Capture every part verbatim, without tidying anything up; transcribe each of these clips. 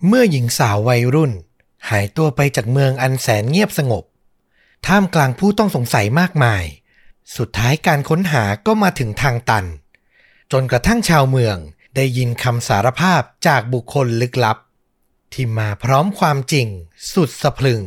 เมื่อหญิงสาววัยรุ่นหายตัวไปจากเมืองอันแสนเงียบสงบท่ามกลางผู้ต้องสงสัยมากมายสุดท้ายการค้นหาก็มาถึงทางตันจนกระทั่งชาวเมืองได้ยินคำสารภาพจากบุคคลลึกลับที่มาพร้อมความจริงสุดสะพรึง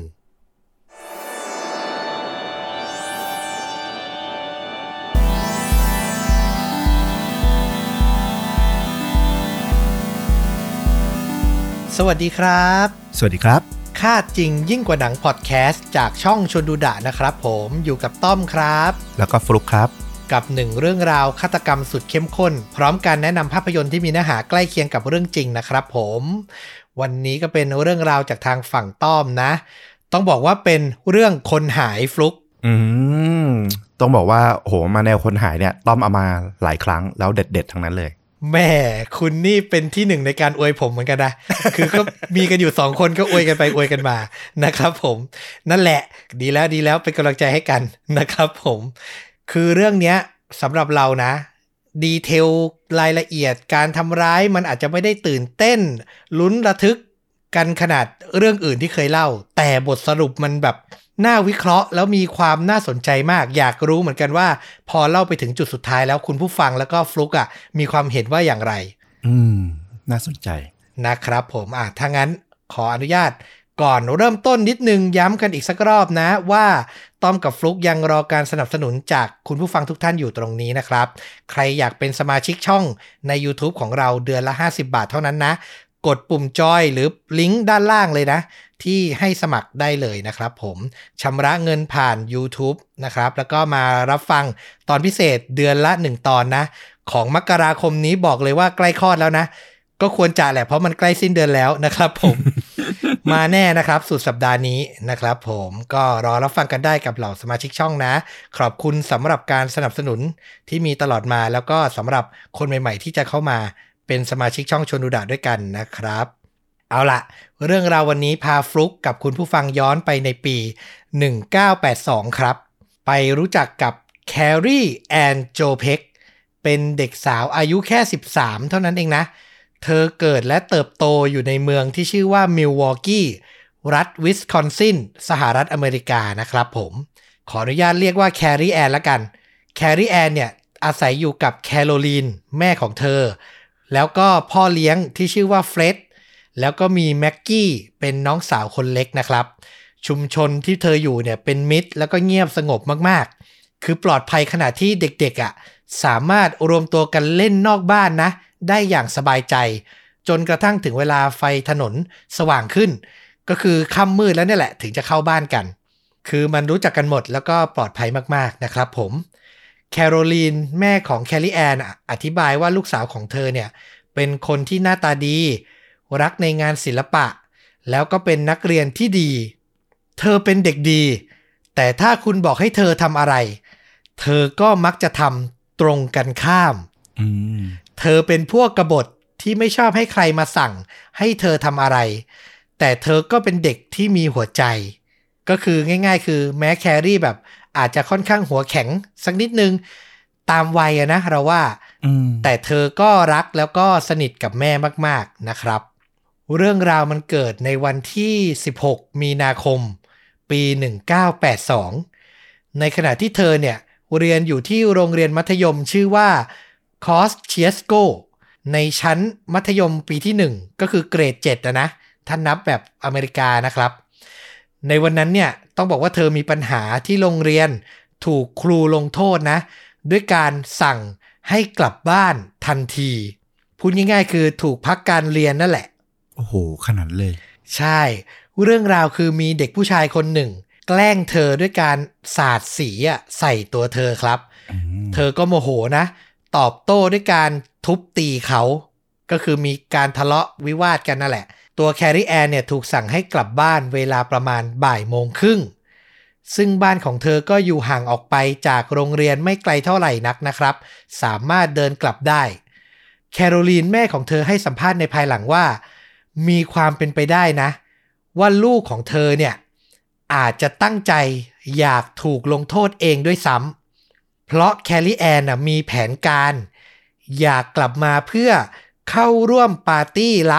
สวัสดีครับสวัสดีครับค่าจริงยิ่งกว่าหนังพอดแคสต์จากช่องชวนดูดะนะครับผมอยู่กับต้อมครับแล้วก็ฟลุ๊กครับกับหนึ่งเรื่องราวฆาตกรรมสุดเข้มข้นพร้อมการแนะนำภาพยนตร์ที่มีเนื้อหาใกล้เคียงกับเรื่องจริงนะครับผมวันนี้ก็เป็นเรื่องราวจากทางฝั่งต้อมนะต้องบอกว่าเป็นเรื่องคนหายฟลุ๊กอืมต้องบอกว่าโหมาแนวคนหายเนี่ยต้อมเอามาหลายครั้งแล้วเด็ดๆทั้งนั้นเลยแม่คุณนี่เป็นที่หนึ่งในการอวยผมเหมือนกันนะ คือก็มีกันอยู่สองคนก็อวยกันไปอวยกันมานะครับผมนั่นแหละดีแล้วดีแล้วเป็นกำลังใจให้กันนะครับผมคือเรื่องเนี้ยสำหรับเรานะดีเทลรายละเอียดการทำร้ายมันอาจจะไม่ได้ตื่นเต้นลุ้นระทึกกันขนาดเรื่องอื่นที่เคยเล่าแต่บทสรุปมันแบบน่าวิเคราะห์แล้วมีความน่าสนใจมากอยากรู้เหมือนกันว่าพอเล่าไปถึงจุดสุดท้ายแล้วคุณผู้ฟังแล้วก็ฟลุ๊กอ่ะมีความเห็นว่าอย่างไรอืมน่าสนใจนะครับผมอ่ะถ้างั้นขออนุญาตก่อนเริ่มต้นนิดนึงย้ำกันอีกสักรอบนะว่าต้อมกับฟลุ๊กยังรอการสนับสนุนจากคุณผู้ฟังทุกท่านอยู่ตรงนี้นะครับใครอยากเป็นสมาชิกช่องใน YouTube ของเราเดือนละห้าสิบบาทเท่านั้นนะกดปุ่มจอยหรือลิงก์ด้านล่างเลยนะที่ให้สมัครได้เลยนะครับผมชำระเงินผ่าน YouTube นะครับแล้วก็มารับฟังตอนพิเศษเดือนละหนึ่งตอนนะของมกราคมนี้บอกเลยว่าใกล้คลอดแล้วนะก็ควรจะแหละเพราะมันใกล้สิ้นเดือนแล้วนะครับผม มาแน่นะครับสุดสัปดาห์นี้นะครับผมก็รอรับฟังกันได้กับเหล่าสมาชิกช่องนะขอบคุณสำหรับการสนับสนุนที่มีตลอดมาแล้วก็สำหรับคนใหม่ๆที่จะเข้ามาเป็นสมาชิกช่องชวนดูดะด้วยกันนะครับเอาล่ะเรื่องราววันนี้พาฟลุ๊กกับคุณผู้ฟังย้อนไปในปีหนึ่งเก้าแปดสองครับไปรู้จักกับแคร์รีแอนโจเพกเป็นเด็กสาวอายุแค่สิบสามเท่านั้นเองนะเธอเกิดและเติบโตอยู่ในเมืองที่ชื่อว่ามิลวอกกี้รัฐวิสคอนซินสหรัฐอเมริกานะครับผมขออนุญาตเรียกว่าแคร์รีแอนละกันแคร์รีแอนเนี่ยอาศัยอยู่กับแคโรลีนแม่ของเธอแล้วก็พ่อเลี้ยงที่ชื่อว่าเฟร็ดแล้วก็มีแม็กกี้เป็นน้องสาวคนเล็กนะครับชุมชนที่เธออยู่เนี่ยเป็นมิตรแล้วก็เงียบสงบมากๆคือปลอดภัยขณะที่เด็กๆอ่ะสามารถรวมตัวกันเล่นนอกบ้านนะได้อย่างสบายใจจนกระทั่งถึงเวลาไฟถนนสว่างขึ้นก็คือค่ำมืดแล้วเนี่ยแหละถึงจะเข้าบ้านกันคือมันรู้จักกันหมดแล้วก็ปลอดภัยมากๆนะครับผมแคโรลีนแม่ของแคลรี่แอนอธิบายว่าลูกสาวของเธอเนี่ยเป็นคนที่หน้าตาดีรักในงานศิลปะแล้วก็เป็นนักเรียนที่ดีเธอเป็นเด็กดีแต่ถ้าคุณบอกให้เธอทำอะไรเธอก็มักจะทำตรงกันข้ามเธอเป็นพวกกบฏที่ไม่ชอบให้ใครมาสั่งให้เธอทำอะไรแต่เธอก็เป็นเด็กที่มีหัวใจก็คือง่ายๆคือแม้แครี่แบบอาจจะค่อนข้างหัวแข็งสักนิดนึงตามวัยอะนะเราว่าแต่เธอก็รักแล้วก็สนิทกับแม่มากๆนะครับเรื่องราวมันเกิดในวันที่สิบหกมีนาคมปีหนึ่งเก้าแปดสองในขณะที่เธอเนี่ยเรียนอยู่ที่โรงเรียนมัธยมชื่อว่าคอสเชียสโกในชั้นมัธยมปีที่หนึ่งก็คือเกรดเจ็ดนะนะถ้านับแบบอเมริกานะครับในวันนั้นเนี่ยต้องบอกว่าเธอมีปัญหาที่โรงเรียนถูกครูลงโทษนะด้วยการสั่งให้กลับบ้านทันทีพูดง่ายๆคือถูกพักการเรียนนั่นแหละโอ้โหขนาดเลยใช่เรื่องราวคือมีเด็กผู้ชายคนหนึ่งแกล้งเธอด้วยการสาดสีอ่ะใส่ตัวเธอครับเธอก็โมโหนะตอบโต้ด้วยการทุบตีเขาก็คือมีการทะเลาะวิวาทกันนั่นแหละตัวแครี่แอนเนี่ยถูกสั่งให้กลับบ้านเวลาประมาณบ่ายโมงครึ่งซึ่งบ้านของเธอก็อยู่ห่างออกไปจากโรงเรียนไม่ไกลเท่าไหร่นักนะครับสามารถเดินกลับได้แคโรลีนแม่ของเธอให้สัมภาษณ์ในภายหลังว่ามีความเป็นไปได้นะว่าลูกของเธอเนี่ยอาจจะตั้งใจอยากถูกลงโทษเองด้วยซ้ำเพราะแคลรี่แอนน่ะมีแผนการอยากกลับมาเพื่อเข้าร่วมปาร์ตี้ลับ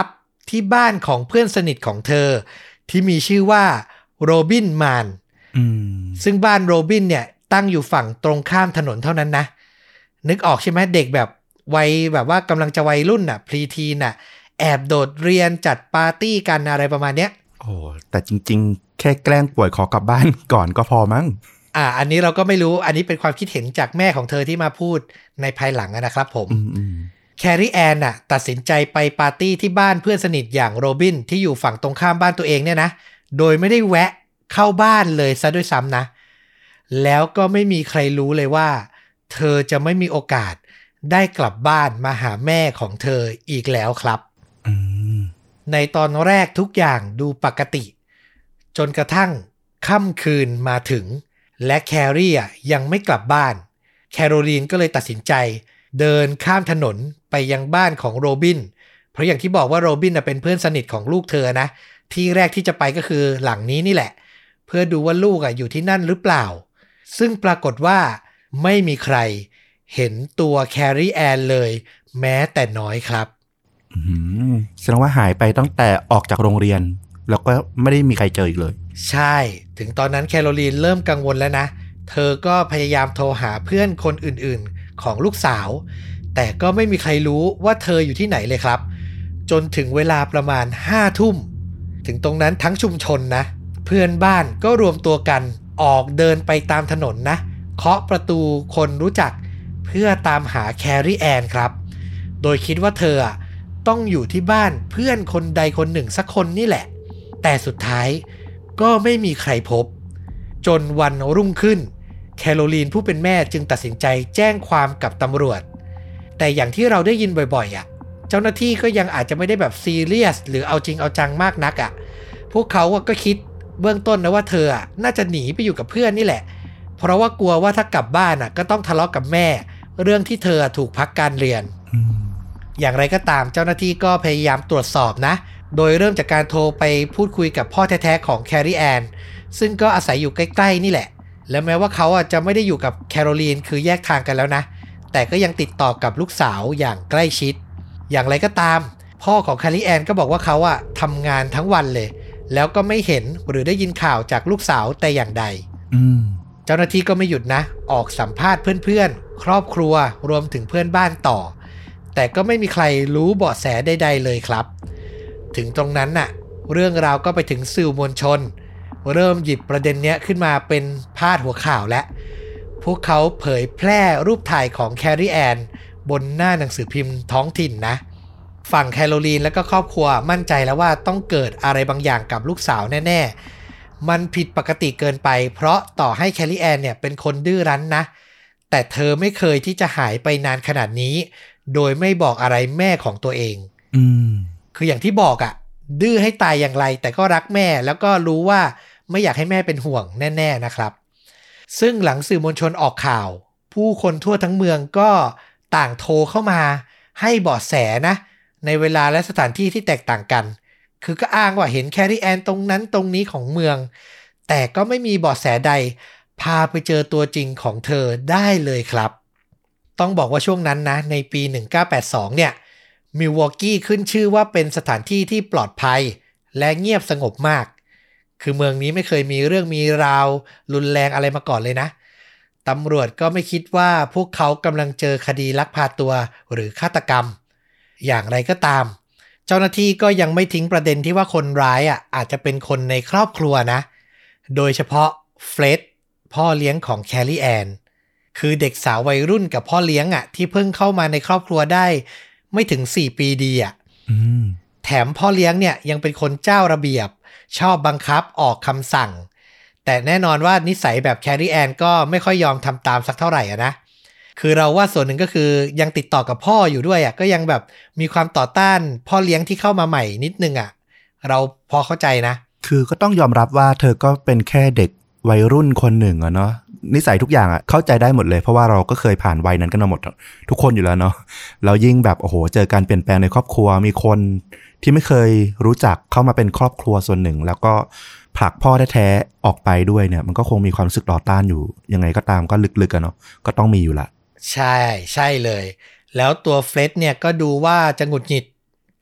ที่บ้านของเพื่อนสนิทของเธอที่มีชื่อว่าโรบินมานซึ่งบ้านโรบินเนี่ยตั้งอยู่ฝั่งตรงข้ามถนนเท่านั้นนะนึกออกใช่ไหมเด็กแบบวัยแบบว่ากำลังจะวัยรุ่นน่ะพรีทีนน่ะแอบโดดเรียนจัดปาร์ตี้กันอะไรประมาณเนี้ยโอ้แต่จริงๆแค่แกล้งป่วยขอกลับบ้านก่อนก็พอมั้งอ่าอันนี้เราก็ไม่รู้อันนี้เป็นความคิดเห็นจากแม่ของเธอที่มาพูดในภายหลังนะครับผมแครี่แอนน่ะตัดสินใจไปปาร์ตี้ที่บ้านเพื่อนสนิทอย่างโรบินที่อยู่ฝั่งตรงข้ามบ้านตัวเองเนี่ยนะโดยไม่ได้แวะเข้าบ้านเลยซะด้วยซ้ำนะแล้วก็ไม่มีใครรู้เลยว่าเธอจะไม่มีโอกาสได้กลับบ้านมาหาแม่ของเธออีกแล้วครับในตอนแรกทุกอย่างดูปกติจนกระทั่งค่ำคืนมาถึงและแครี่อ่ะยังไม่กลับบ้านแคโรลีนก็เลยตัดสินใจเดินข้ามถนนไปยังบ้านของโรบินเพราะอย่างที่บอกว่าโรบินเป็นเพื่อนสนิทของลูกเธอนะที่แรกที่จะไปก็คือหลังนี้นี่แหละเพื่อดูว่าลูกอ่ะอยู่ที่นั่นหรือเปล่าซึ่งปรากฏว่าไม่มีใครเห็นตัวแครี่แอนเลยแม้แต่น้อยครับแสดงว่าหายไปตั้งแต่ออกจากโรงเรียนแล้วก็ไม่ได้มีใครเจออีกเลยใช่ถึงตอนนั้นแคโรลีนเริ่มกังวลแล้วนะเธอก็พยายามโทรหาเพื่อนคนอื่นๆของลูกสาวแต่ก็ไม่มีใครรู้ว่าเธออยู่ที่ไหนเลยครับจนถึงเวลาประมาณห้าทุ่มถึงตรงนั้นทั้งชุมชนนะเพื่อนบ้านก็รวมตัวกันออกเดินไปตามถนนนะเคาะประตูคนรู้จักเพื่อตามหาแครี่แอนครับโดยคิดว่าเธอต้องอยู่ที่บ้านเพื่อนคนใดคนหนึ่งสักคนนี่แหละแต่สุดท้ายก็ไม่มีใครพบจนวันรุ่งขึ้นแคโรลีนผู้เป็นแม่จึงตัดสินใจแจ้งความกับตำรวจแต่อย่างที่เราได้ยินบ่อยๆอ่ะเจ้าหน้าที่ก็ยังอาจจะไม่ได้แบบซีเรียสหรือเอาจริงเอาจังมากนักอ่ะพวกเขาก็คิดเบื้องต้นนะว่าเธอน่าจะหนีไปอยู่กับเพื่อนนี่แหละเพราะว่ากลัวว่าถ้ากลับบ้านอ่ะก็ต้องทะเลาะกับแม่เรื่องที่เธอถูกพักการเรียน อย่างไรก็ตามเจ้าหน้าที่ก็พยายามตรวจสอบนะโดยเริ่มจากการโทรไปพูดคุยกับพ่อแท้ๆของแครี่แอนซึ่งก็อาศัยอยู่ใกล้ๆนี่แหละและแม้ว่าเขาจะไม่ได้อยู่กับแคโรลีนคือแยกทางกันแล้วนะแต่ก็ยังติดต่อกับลูกสาวอย่างใกล้ชิดอย่างไรก็ตามพ่อของแครี่แอนก็บอกว่าเขาอะทำงานทั้งวันเลยแล้วก็ไม่เห็นหรือได้ยินข่าวจากลูกสาวแต่อย่างใดเจ้าหน้าที่ก็ไม่หยุดนะออกสัมภาษณ์เพื่อนๆครอบครัวรวมถึงเพื่อนบ้านต่อแต่ก็ไม่มีใครรู้เบาะแสใดๆเลยครับถึงตรงนั้นน่ะเรื่องราวก็ไปถึงสื่อมวลชนเริ่มหยิบประเด็นเนี้ยขึ้นมาเป็นพาดหัวข่าวและพวกเขาเผยแพร่รูปถ่ายของแครี่แอนบนหน้าหนังสือพิมพ์ท้องถิ่นนะฝั่งแคโรลีนและก็ครอบครัวมั่นใจแล้วว่าต้องเกิดอะไรบางอย่างกับลูกสาวแน่ๆมันผิดปกติเกินไปเพราะต่อให้แครี่แอนเนี่ยเป็นคนดื้อรั้นนะแต่เธอไม่เคยที่จะหายไปนานขนาดนี้โดยไม่บอกอะไรแม่ของตัวเองอืมคืออย่างที่บอกอะดื้อให้ตายอย่างไรแต่ก็รักแม่แล้วก็รู้ว่าไม่อยากให้แม่เป็นห่วงแน่ๆนะครับซึ่งหลังสื่อมวลชนออกข่าวผู้คนทั่วทั้งเมืองก็ต่างโทรเข้ามาให้เบาะแสนะในเวลาและสถานที่ที่แตกต่างกันคือก็อ้างว่าเห็นแครี่แอนตรงนั้นตรงนี้ของเมืองแต่ก็ไม่มีเบาะแสใดพาไปเจอตัวจริงของเธอได้เลยครับต้องบอกว่าช่วงนั้นนะในปีหนึ่งเก้าแปดสองเนี่ยมิลวอกกี้ขึ้นชื่อว่าเป็นสถานที่ที่ปลอดภัยและเงียบสงบมากคือเมืองนี้ไม่เคยมีเรื่องมีราวรุนแรงอะไรมาก่อนเลยนะตำรวจก็ไม่คิดว่าพวกเขากำลังเจอคดีลักพาตัวหรือฆาตกรรมอย่างไรก็ตามเจ้าหน้าที่ก็ยังไม่ทิ้งประเด็นที่ว่าคนร้ายอ่ะอาจจะเป็นคนในครอบครัวนะโดยเฉพาะเฟร็ดพ่อเลี้ยงของแครี่แอนคือเด็กสาววัยรุ่นกับพ่อเลี้ยงอ่ะที่เพิ่งเข้ามาในครอบครัวได้ไม่ถึงสี่ปีดีอ่ะแถมพ่อเลี้ยงเนี่ยยังเป็นคนเจ้าระเบียบชอบบังคับออกคำสั่งแต่แน่นอนว่านิสัยแบบแครี่แอนก็ไม่ค่อยยอมทำตามสักเท่าไหร่อ่ะนะคือเราว่าส่วนหนึ่งก็คือยังติดต่อกับพ่ออยู่ด้วยอ่ะก็ยังแบบมีความต่อต้านพ่อเลี้ยงที่เข้ามาใหม่นิดนึงอ่ะเราพอเข้าใจนะคือก็ต้องยอมรับว่าเธอก็เป็นแค่เด็กวัยรุ่นคนหนึ่งอะเนาะนิสัยทุกอย่างอะเข้าใจได้หมดเลยเพราะว่าเราก็เคยผ่านวัยนั้นกันมาหมดทุกคนอยู่แล้วเนาะเรายิ่งแบบโอ้โหเจอการเปลี่ยนแปลงในครอบครัวมีคนที่ไม่เคยรู้จักเข้ามาเป็นครอบครัวส่วนหนึ่งแล้วก็ผลักพ่อแท้ๆออกไปด้วยเนี่ยมันก็คงมีความรู้สึกต่อต้านอยู่ยังไงก็ตามก็ลึกๆกันเนาะก็ต้องมีอยู่ละใช่ใช่เลยแล้วตัวเฟร็ดเนี่ยก็ดูว่าจะหงุดหงิด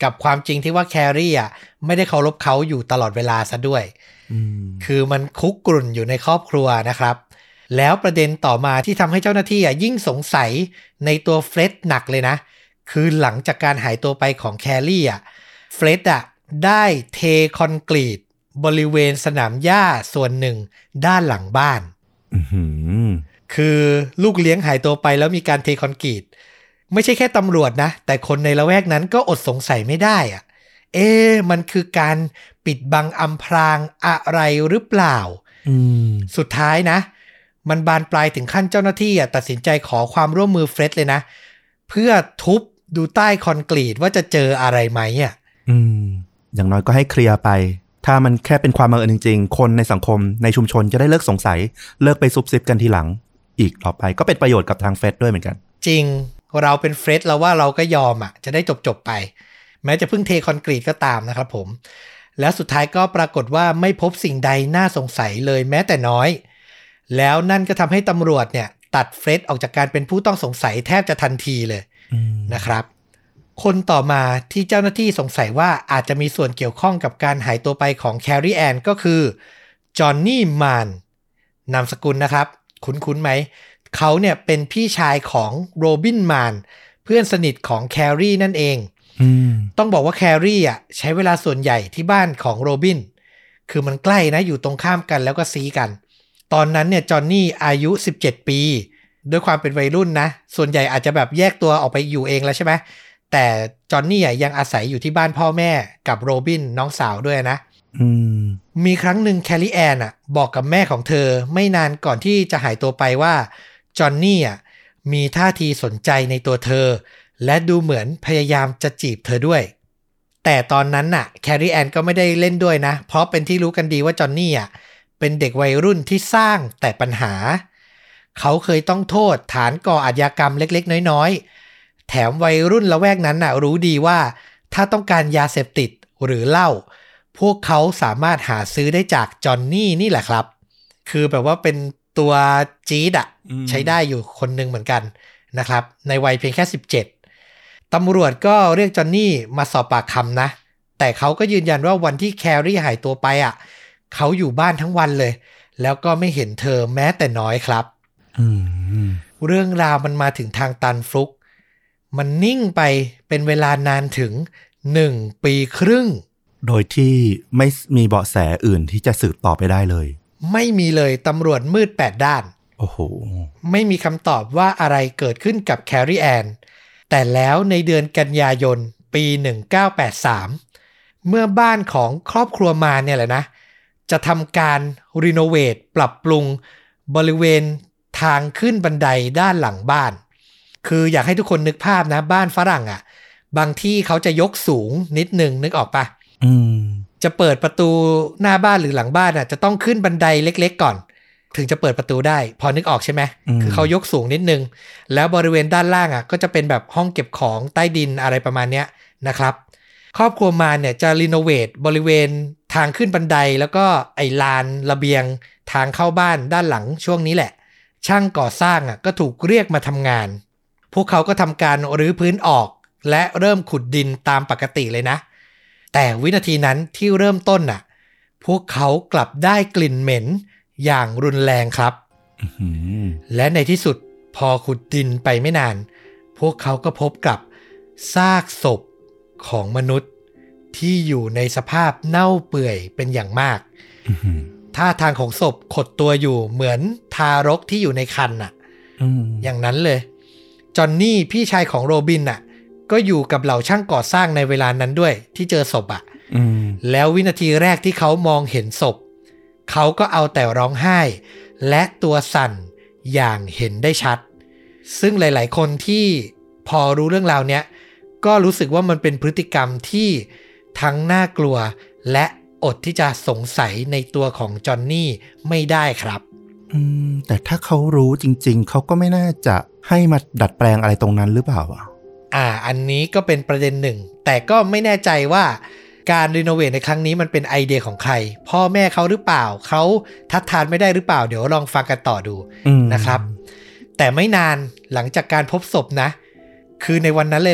กับความจริงที่ว่าแครี่อ่ะไม่ได้เคารพเขาอยู่ตลอดเวลาซะด้วยคือมันคุกกรุ่นอยู่ในครอบครัวนะครับแล้วประเด็นต่อมาที่ทำให้เจ้าหน้าที่อ่ะยิ่งสงสัยในตัวเฟร็ดหนักเลยนะคือหลังจากการหายตัวไปของแครี่อ่ะเฟร็ดอ่ะได้เทคอนกรีตบริเวณสนามหญ้าส่วนหนึ่งด้านหลังบ้านคือลูกเลี้ยงหายตัวไปแล้วมีการเทคอนกรีตไม่ใช่แค่ตำรวจนะแต่คนในละแวกนั้นก็อดสงสัยไม่ได้อ่ะเอ๊ะมันคือการปิดบังอำพรางอะไรหรือเปล่าสุดท้ายนะมันบานปลายถึงขั้นเจ้าหน้าที่อ่ะตัดสินใจขอความร่วมมือเฟร็ดเลยนะเพื่อทุบดูใต้คอนกรีตว่าจะเจออะไรไหมอ่ะอืมอย่างน้อยก็ให้เคลียร์ไปถ้ามันแค่เป็นความบังเอิญจริงๆคนในสังคมในชุมชนจะได้เลิกสงสัยเลิกไปซุบซิบกันทีหลังอีกต่อไปก็เป็นประโยชน์กับทางเฟซด้วยเหมือนกันจริงเราเป็นเฟรดเราว่าเราก็ยอมอ่ะจะได้จบๆไปแม้จะเพิ่งเทคอนกรีตก็ตามนะครับผมแล้วสุดท้ายก็ปรากฏว่าไม่พบสิ่งใดน่าสงสัยเลยแม้แต่น้อยแล้วนั่นก็ทำให้ตำรวจเนี่ยตัดเฟรดออกจากการเป็นผู้ต้องสงสัยแทบจะทันทีเลยนะครับคนต่อมาที่เจ้าหน้าที่สงสัยว่าอาจจะมีส่วนเกี่ยวข้องกับการหายตัวไปของแครี่แอนก็คือจอห์นนี่มานนามสกุลนะครับคุ้นๆไหมเขาเนี่ยเป็นพี่ชายของโรบินมานเพื่อนสนิทของแครี่นั่นเองต้องบอกว่าแครี่อ่ะใช้เวลาส่วนใหญ่ที่บ้านของโรบินคือมันใกล้นะอยู่ตรงข้ามกันแล้วก็ซีกันตอนนั้นเนี่ยจอห์นนี่อายุสิบเจ็ดปีด้วยความเป็นวัยรุ่นนะส่วนใหญ่อาจจะแบบแยกตัวออกไปอยู่เองแล้วใช่ไหมแต่จอห์นนี่อ่ะยังอาศัยอยู่ที่บ้านพ่อแม่กับโรบินน้องสาวด้วยนะมีครั้งหนึ่งแครี่แอนอ่ะบอกกับแม่ของเธอไม่นานก่อนที่จะหายตัวไปว่าจอห์นนี่อ่ะมีท่าทีสนใจในตัวเธอและดูเหมือนพยายามจะจีบเธอด้วยแต่ตอนนั้นน่ะแครี่แอนก็ไม่ได้เล่นด้วยนะเพราะเป็นที่รู้กันดีว่าจอห์นนี่อ่ะเป็นเด็กวัยรุ่นที่สร้างแต่ปัญหาเขาเคยต้องโทษฐานก่ออาชญากรรมเล็กๆน้อยๆแถมวัยรุ่นละแวกนั้นน่ะรู้ดีว่าถ้าต้องการยาเสพติดหรือเหล้าพวกเขาสามารถหาซื้อได้จากจอห์นนี่นี่แหละครับคือแบบว่าเป็นตัวจี๊ดอ่ะใช้ได้อยู่คนหนึ่งเหมือนกันนะครับในวัยเพียงแค่สิบเจ็ดตำรวจก็เรียกจอห์นนี่มาสอบปากคำนะแต่เขาก็ยืนยันว่าวันที่แครี่หายตัวไปอ่ะเขาอยู่บ้านทั้งวันเลยแล้วก็ไม่เห็นเธอแม้แต่น้อยครับเรื่องราวมันมาถึงทางตันฟลุกมันนิ่งไปเป็นเวลานานถึงหนึ่งปีครึ่งโดยที่ไม่มีเบาะแสอื่นที่จะสืบต่อไปได้เลยไม่มีเลยตำรวจมืดแปดด้านโอ้โหไม่มีคำตอบว่าอะไรเกิดขึ้นกับแครี่แอนแต่แล้วในเดือนกันยายนปีหนึ่งเก้าแปดสามเมื่อบ้านของครอบครัวมาเนี่ยแหละนะจะทำการรีโนเวทปรับปรุงบริเวณทางขึ้นบันไดด้านหลังบ้านคืออยากให้ทุกคนนึกภาพนะบ้านฝรั่งอ่ะบางที่เขาจะยกสูงนิดนึงนึกออกปะอืมจะเปิดประตูหน้าบ้านหรือหลังบ้านอ่ะจะต้องขึ้นบันไดเล็กๆก่อนถึงจะเปิดประตูได้พอนึกออกใช่ไหมคือเขายกสูงนิดนึงแล้วบริเวณด้านล่างอ่ะก็จะเป็นแบบห้องเก็บของใต้ดินอะไรประมาณเนี้ยนะครับครอบครัวมาเนี่ยจะรีโนเวทบริเวณทางขึ้นบันไดแล้วก็ไอ้ลานระเบียงทางเข้าบ้านด้านหลังช่วงนี้แหละช่างก่อสร้างอ่ะก็ถูกเรียกมาทำงานพวกเขาก็ทำการรื้อพื้นออกและเริ่มขุดดินตามปกติเลยนะแต่วินาทีนั้นที่เริ่มต้นน่ะพวกเขากลับได้กลิ่นเหม็นอย่างรุนแรงครับ และในที่สุดพอขุดดินไปไม่นานพวกเขาก็พบกับซากศพของมนุษย์ที่อยู่ในสภาพเน่าเปื่อยเป็นอย่างมากท่าทางของศพขดตัวอยู่เหมือนทารกที่อยู่ในครรภ์น่ะอย่างนั้นเลยจอห์นนี่พี่ชายของโรบินน่ะก็อยู่กับเหล่าช่างก่อสร้างในเวลานั้นด้วยที่เจอศพอ่ะแล้ววินาทีแรกที่เขามองเห็นศพเขาก็เอาแต่ร้องไห้และตัวสั่นอย่างเห็นได้ชัดซึ่งหลายๆคนที่พอรู้เรื่องราวเนี้ยก็รู้สึกว่ามันเป็นพฤติกรรมที่ทั้งน่ากลัวและอดที่จะสงสัยในตัวของจอห์นนี่ไม่ได้ครับอืมแต่ถ้าเขารู้จริงๆเขาก็ไม่น่าจะให้มาดัดแปลงอะไรตรงนั้นหรือเปล่าอ่ะอ่าอันนี้ก็เป็นประเด็นหนึ่งแต่ก็ไม่แน่ใจว่าการรีโนเวทในครั้งนี้มันเป็นไอเดียของใครพ่อแม่เขาหรือเปล่าเขาทัดทานไม่ได้หรือเปล่าเดี๋ยวลองฟังกันต่อดูนะครับแต่ไม่นานหลังจากการพบศพนะคือในวันนั้นเลยแหละ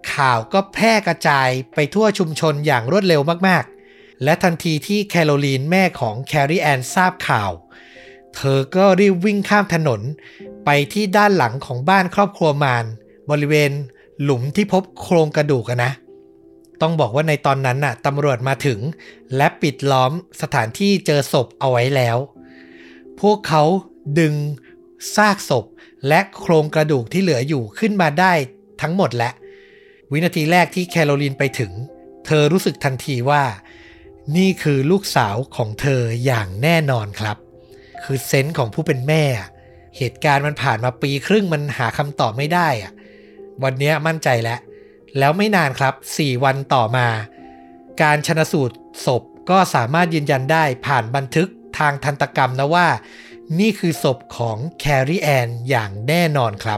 ข่าวก็แพร่กระจายไปทั่วชุมชนอย่างรวดเร็วมากๆและทันทีที่แคโรลีนแม่ของแคร์รีแอนทราบข่าวเธอก็รีบวิ่งข้ามถนนไปที่ด้านหลังของบ้านครอบครัวมารบริเวณหลุมที่พบโครงกระดูกนะต้องบอกว่าในตอนนั้นน่ะตำรวจมาถึงและปิดล้อมสถานที่เจอศพเอาไว้แล้วพวกเขาดึงซากศพและโครงกระดูกที่เหลืออยู่ขึ้นมาได้ทั้งหมดและวินาทีแรกที่แคโรลีนไปถึงเธอรู้สึกทันทีว่านี่คือลูกสาวของเธออย่างแน่นอนครับคือเซนส์ของผู้เป็นแม่เหตุการณ์มันผ่านมาปีครึ่งมันหาคำตอบไม่ได้อะวันนี้มั่นใจแล้วแล้วไม่นานครับสี่วันต่อมาการชันสูตรศพก็สามารถยืนยันได้ผ่านบันทึกทางทันตกรรมนะว่านี่คือศพของแคร์รีแอนอย่างแน่นอนครับ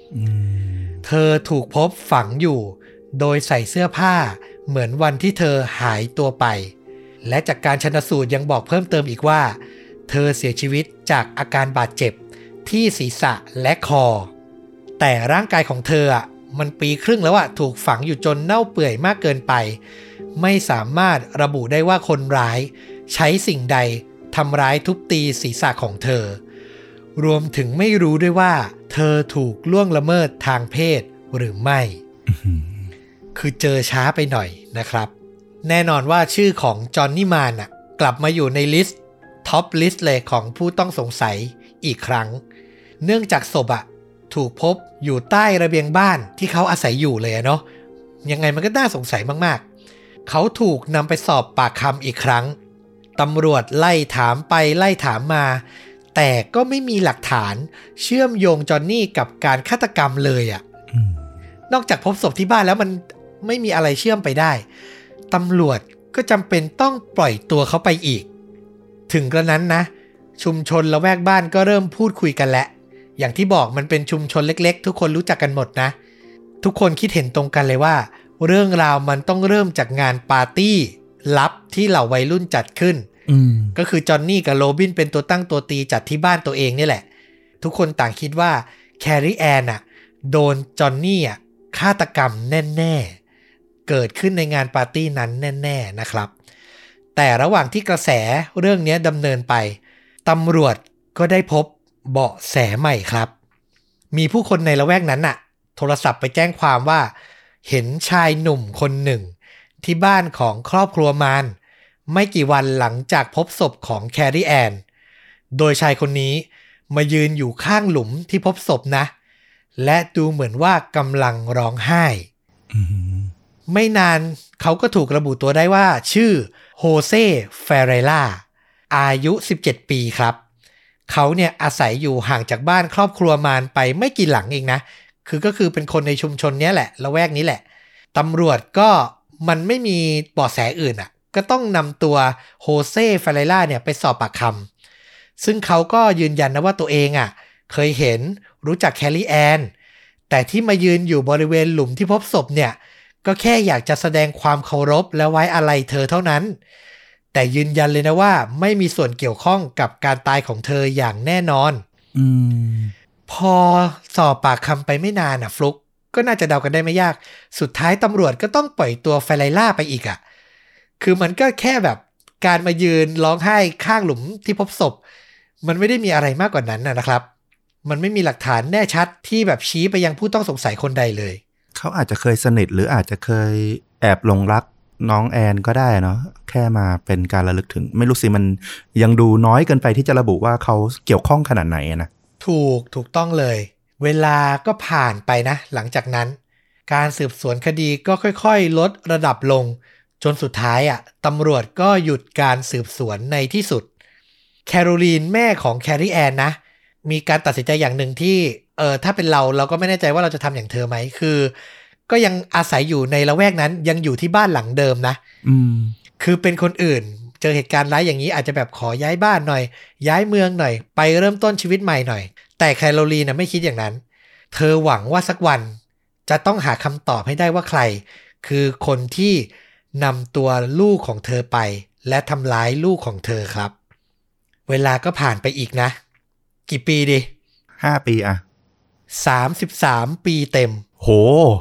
mm. เธอถูกพบฝังอยู่โดยใส่เสื้อผ้าเหมือนวันที่เธอหายตัวไปและจากการชันสูตรยังบอกเพิ่มเติมอีกว่าเธอเสียชีวิตจากอาการบาดเจ็บที่ศีรษะและคอแต่ร่างกายของเธออ่ะมันปีครึ่งแล้วอ่ะถูกฝังอยู่จนเน่าเปื่อยมากเกินไปไม่สามารถระบุได้ว่าคนร้ายใช้สิ่งใดทำร้ายทุบตีศีรษะของเธอรวมถึงไม่รู้ด้วยว่าเธอถูกล่วงละเมิดทางเพศหรือไม่ คือเจอช้าไปหน่อยนะครับแน่นอนว่าชื่อของจอห์นนี่มานอ่ะกลับมาอยู่ในลิสต์ท็อปลิสต์เลยของผู้ต้องสงสัยอีกครั้งเนื่องจากศพอ่ะถูกพบอยู่ใต้ระเบียงบ้านที่เขาอาศัยอยู่เลยเนาะยังไงมันก็น่าสงสัยมากๆเขาถูกนำไปสอบปากคำอีกครั้งตำรวจไล่ถามไปไล่ถามมาแต่ก็ไม่มีหลักฐานเชื่อมโยงจอห์นนี่กับการฆาตกรรมเลยอ่ะ นอกจากพบศพที่บ้านแล้วมันไม่มีอะไรเชื่อมไปได้ตำรวจก็จำเป็นต้องปล่อยตัวเขาไปอีกถึงกระนั้นนะชุมชนละแวกบ้านก็เริ่มพูดคุยกันแล้วอย่างที่บอกมันเป็นชุมชนเล็กๆทุกคนรู้จักกันหมดนะทุกคนคิดเห็นตรงกันเลยว่าเรื่องราวมันต้องเริ่มจากงานปาร์ตี้ลับที่เหล่าวัยรุ่นจัดขึ้นก็คือจอห์นนี่กับโรบินเป็นตัวตั้งตัวตีจัดที่บ้านตัวเองนี่แหละทุกคนต่างคิดว่าแคร์รีแอนน่ะโดนจอห์นนี่อ่ะฆาตกรรมแน่ๆเกิดขึ้นในงานปาร์ตี้นั้นแน่ๆนะครับแต่ระหว่างที่กระแสเรื่องนี้ดำเนินไปตำรวจก็ได้พบเบาะแสใหม่ครับมีผู้คนในละแวกนั้นน่ะโทรศัพท์ไปแจ้งความว่าเห็นชายหนุ่มคนหนึ่งที่บ้านของครอบครัวมารไม่กี่วันหลังจากพบศพของแคร์รีแอนโดยชายคนนี้มายืนอยู่ข้างหลุมที่พบศพนะและดูเหมือนว่ากำลังร้องไห้ mm-hmm. ไม่นานเขาก็ถูกระบุตัวได้ว่าชื่อโฮเซ่เฟเรล่าอายุสิบเจ็ดปีครับเขาเนี่ยอาศัยอยู่ห่างจากบ้านครอบครัวมารไปไม่กี่หลังเองนะคือก็คือเป็นคนในชุมชนนี้แหละละแวกนี้แหละตำรวจก็มันไม่มีเบาะแสอื่นอ่ะก็ต้องนำตัวโฮเซ่เฟเรล่าเนี่ยไปสอบปากคำซึ่งเขาก็ยืนยันนะว่าตัวเองอ่ะเคยเห็นรู้จักแคร์รีแอนแต่ที่มายืนอยู่บริเวณหลุมที่พบศพเนี่ยก็แค่อยากจะแสดงความเคารพและไว้อาลัยเธอเท่านั้นแต่ยืนยันเลยนะว่าไม่มีส่วนเกี่ยวข้องกับการตายของเธออย่างแน่นอนอืมพอสอบปากคำไปไม่นานอ่ะฟลุกก็น่าจะเดากันได้ไม่ยากสุดท้ายตำรวจก็ต้องปล่อยตัวเฟเรล่าไปอีกอ่ะคือมันก็แค่แบบการมายืนร้องไห้ข้างหลุมที่พบศพมันไม่ได้มีอะไรมากกว่านั้นนะครับมันไม่มีหลักฐานแน่ชัดที่แบบชี้ไปยังผู้ต้องสงสัยคนใดเลยเขาอาจจะเคยสนิทหรืออาจจะเคยแอบหลงรักน้องแอนก็ได้เนาะแค่มาเป็นการระลึกถึงไม่รู้สิมันยังดูน้อยเกินไปที่จะระบุว่าเขาเกี่ยวข้องขนาดไหนนะถูกถูกต้องเลยเวลาก็ผ่านไปนะหลังจากนั้นการสืบสวนคดีก็ค่อยๆลดระดับลงจนสุดท้ายอ่ะตำรวจก็หยุดการสืบสวนในที่สุดแคโรลีนแม่ของแคร์รีแอนนะมีการตัดสินใจอย่างหนึ่งที่เออถ้าเป็นเราเราก็ไม่แน่ใจว่าเราจะทำอย่างเธอไหมคือก็ยังอาศัยอยู่ในละแวกนั้นยังอยู่ที่บ้านหลังเดิมนะอืมคือเป็นคนอื่นเจอเหตุการณ์ร้ายอย่างนี้อาจจะแบบขอย้ายบ้านหน่อยย้ายเมืองหน่อยไปเริ่มต้นชีวิตใหม่หน่อยแต่แคโรลีนนะไม่คิดอย่างนั้นเธอหวังว่าสักวันจะต้องหาคำตอบให้ได้ว่าใครคือคนที่นำตัวลูกของเธอไปและทำร้ายลูกของเธอครับเวลาก็ผ่านไปอีกนะกี่ปีดิห้าปีอะสามสิบสามปีเต็มโห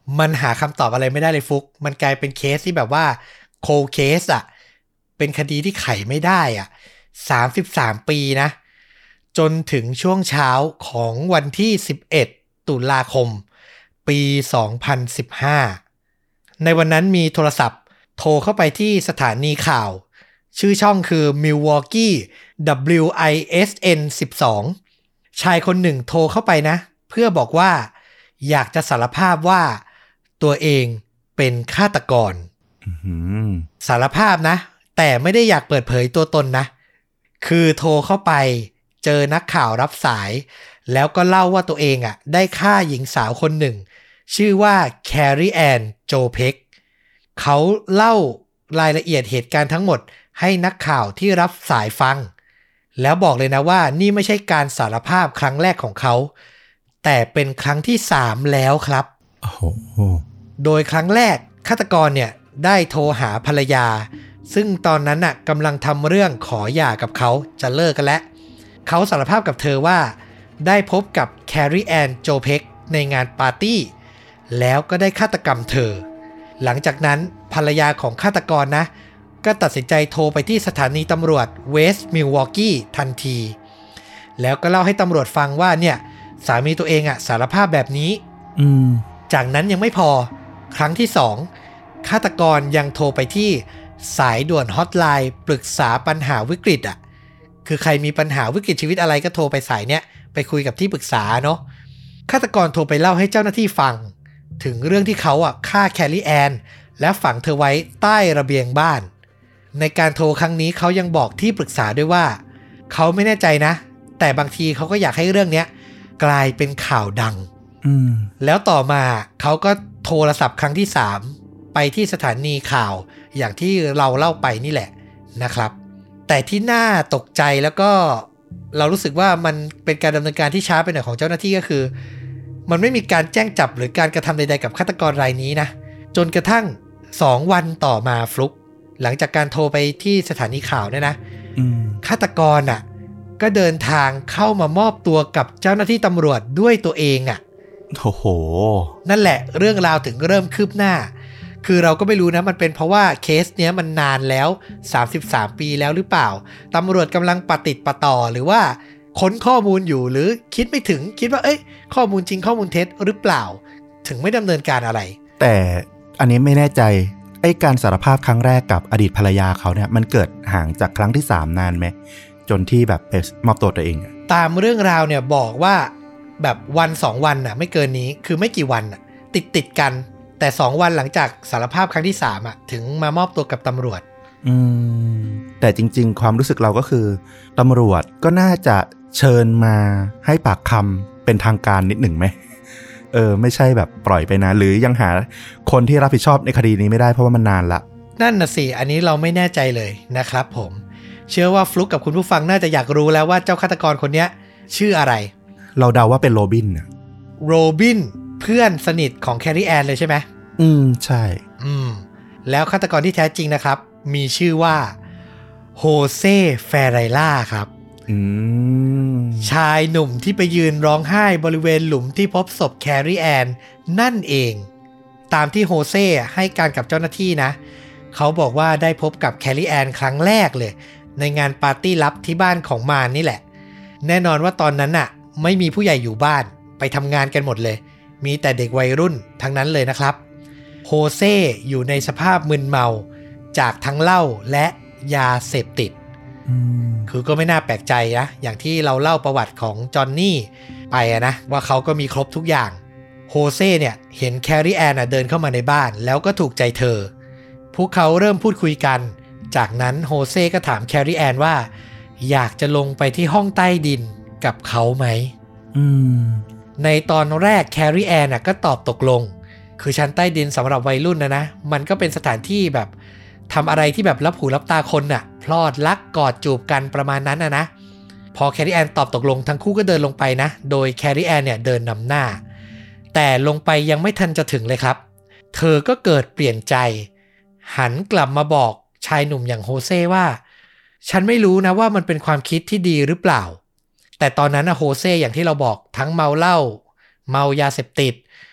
มันหาคำตอบอะไรไม่ได้เลยฟุกมันกลายเป็นเคสที่แบบว่าโคเคสอ่ะเป็นคดีที่ไขไม่ได้อ่ะสามสิบสามปีนะจนถึงช่วงเช้าของวันที่สิบเอ็ดตุลาคมปีสองพันสิบห้าในวันนั้นมีโทรศัพท์โทรเข้าไปที่สถานีข่าวชื่อช่องคือ Milwaukee ดับเบิลยู ไอ เอส เอ็น สิบสองชายคนหนึ่งโทรเข้าไปนะเพื่อบอกว่าอยากจะสารภาพว่าตัวเองเป็นฆาตกร mm-hmm. สารภาพนะแต่ไม่ได้อยากเปิดเผยตัวตนนะคือโทรเข้าไปเจอนักข่าวรับสายแล้วก็เล่าว่าตัวเองอ่ะได้ฆ่าหญิงสาวคนหนึ่งชื่อว่าแครีแอนโจเพกเขาเล่ารายละเอียดเหตุการณ์ทั้งหมดให้นักข่าวที่รับสายฟังแล้วบอกเลยนะว่านี่ไม่ใช่การสารภาพครั้งแรกของเขาแต่เป็นครั้งที่สามแล้วครับ oh. โดยครั้งแรกฆาตกรเนี่ยได้โทรหาภรรยาซึ่งตอนนั้นน่ะกำลังทำเรื่องขอหย่ากับเขาจะเลิกกันแล้วเขาสารภาพกับเธอว่าได้พบกับแครีแอนโจเพกในงานปาร์ตี้แล้วก็ได้ฆาตกรรมเธอหลังจากนั้นภรรยาของฆาตกรนะก็ตัดสินใจโทรไปที่สถานีตำรวจเวสต์มิลวอกี้ทันทีแล้วก็เล่าให้ตำรวจฟังว่าเนี่ยสามีตัวเองอะสารภาพแบบนี้อืมจากนั้นยังไม่พอครั้งที่สองฆาตกรยังโทรไปที่สายด่วนฮอตไลน์ปรึกษาปัญหาวิกฤตอ่ะคือใครมีปัญหาวิกฤตชีวิตอะไรก็โทรไปสายเนี้ยไปคุยกับที่ปรึกษาเนาะฆาตกรโทรไปเล่าให้เจ้าหน้าที่ฟังถึงเรื่องที่เขาอ่ะฆ่าแคลรี่แอนและฝังเธอไว้ใต้ระเบียงบ้านในการโทรครั้งนี้เขายังบอกที่ปรึกษาด้วยว่าเขาไม่แน่ใจนะแต่บางทีเขาก็อยากให้เรื่องเนี้ยกลายเป็นข่าวดังแล้วต่อมาเขาก็โทรศัพท์ครั้งที่สามไปที่สถานีข่าวอย่างที่เราเล่าไปนี่แหละนะครับแต่ที่น่าตกใจแล้วก็เรารู้สึกว่ามันเป็นการดำเนินการที่ช้าไปหน่อยของเจ้าหน้าที่ก็คือมันไม่มีการแจ้งจับหรือการกระทำใดๆกับฆาตกรรายนี้นะจนกระทั่งสองวันต่อมาฟลุกหลังจากการโทรไปที่สถานีข่าวเนี่ยนะฆาตกรอ่ะก็เดินทางเข้ามามอบตัวกับเจ้าหน้าที่ตำรวจด้วยตัวเองอ่ะโอ้โหนั่นแหละเรื่องราวถึงเริ่มคืบหน้าคือเราก็ไม่รู้นะมันเป็นเพราะว่าเคสเนี้ยมันนานแล้วสามสิบสามปีแล้วหรือเปล่าตำรวจกำลังปะติดปะต่อหรือว่าค้นข้อมูลอยู่หรือคิดไม่ถึงคิดว่าเอ้ยข้อมูลจริงข้อมูลเท็จหรือเปล่าถึงไม่ดำเนินการอะไรแต่อันนี้ไม่แน่ใจไอ้การสารภาพครั้งแรกกับอดีตภรรยาเขาเนี่ยมันเกิดห่างจากครั้งที่สามนานไหมจนที่แบบไปมอบตัวตัวเองตามเรื่องราวเนี่ยบอกว่าแบบวันสองวันน่ะไม่เกินนี้คือไม่กี่วันน่ะติดติดกันแต่สองวันหลังจากสารภาพครั้งที่สามอ่ะถึงมามอบตัวกับตำรวจอืมแต่จริงๆความรู้สึกเราก็คือตำรวจก็น่าจะเชิญมาให้ปากคำเป็นทางการนิดหนึ่งไหมเออไม่ใช่แบบปล่อยไปนะหรือยังหาคนที่รับผิดชอบในคดีนี้ไม่ได้เพราะว่ามันนานละนั่นน่ะสิอันนี้เราไม่แน่ใจเลยนะครับผมเชื่อว่าฟลุกกับคุณผู้ฟังน่าจะอยากรู้แล้วว่าเจ้าฆาตกรคนนี้ชื่ออะไรเราเดาว่าเป็นโรบินนะโรบินเพื่อนสนิทของแครีแอนเลยใช่ไหมอืมใช่อืมแล้วฆาตกรที่แท้จริงนะครับมีชื่อว่าโฮเซ่เฟเรล่าครับอืมชายหนุ่มที่ไปยืนร้องไห้บริเวณหลุมที่พบศพแครีแอนนั่นเองตามที่โฮเซ่ให้การกับเจ้าหน้าที่นะเขาบอกว่าได้พบกับแครีแอนครั้งแรกเลยในงานปาร์ตี้ลับที่บ้านของมารนี่แหละแน่นอนว่าตอนนั้นน่ะไม่มีผู้ใหญ่อยู่บ้านไปทำงานกันหมดเลยมีแต่เด็กวัยรุ่นทั้งนั้นเลยนะครับโฮเซ่อยู่ในสภาพมึนเมาจากทั้งเหล้าและยาเสพติดคือก็ไม่น่าแปลกใจนะอย่างที่เราเล่าประวัติของจอห์นนี่ไปนะว่าเขาก็มีครบทุกอย่างโฮเซ่เนี่ยเห็นแครีแอนเดินเข้ามาในบ้านแล้วก็ถูกใจเธอพวกเขาเริ่มพูดคุยกันจากนั้นโฮเซ่ก็ถามแครีแอนว่าอยากจะลงไปที่ห้องใต้ดินกับเขาไหมในตอนแรกแครีแอนก็ตอบตกลงคือชั้นใต้ดินสำหรับวัยรุ่นนะนะมันก็เป็นสถานที่แบบทำอะไรที่แบบลับหูลับตาคนน่ะพลอดรักกอดจูบกันประมาณนั้นนะนะพอแครีแอนตอบตกลงทั้งคู่ก็เดินลงไปนะโดยแครีแอนเนี่ยเดินนำหน้าแต่ลงไปยังไม่ทันจะถึงเลยครับเธอก็เกิดเปลี่ยนใจหันกลับมาบอกชายหนุ่มอย่างโฮเซ่ว่าฉันไม่รู้นะว่ามันเป็นความคิดที่ดีหรือเปล่าแต่ตอนนั้นนะโฮเซ่อย่างที่เราบอกทั้งเมาเหล้าเมายาเสพติด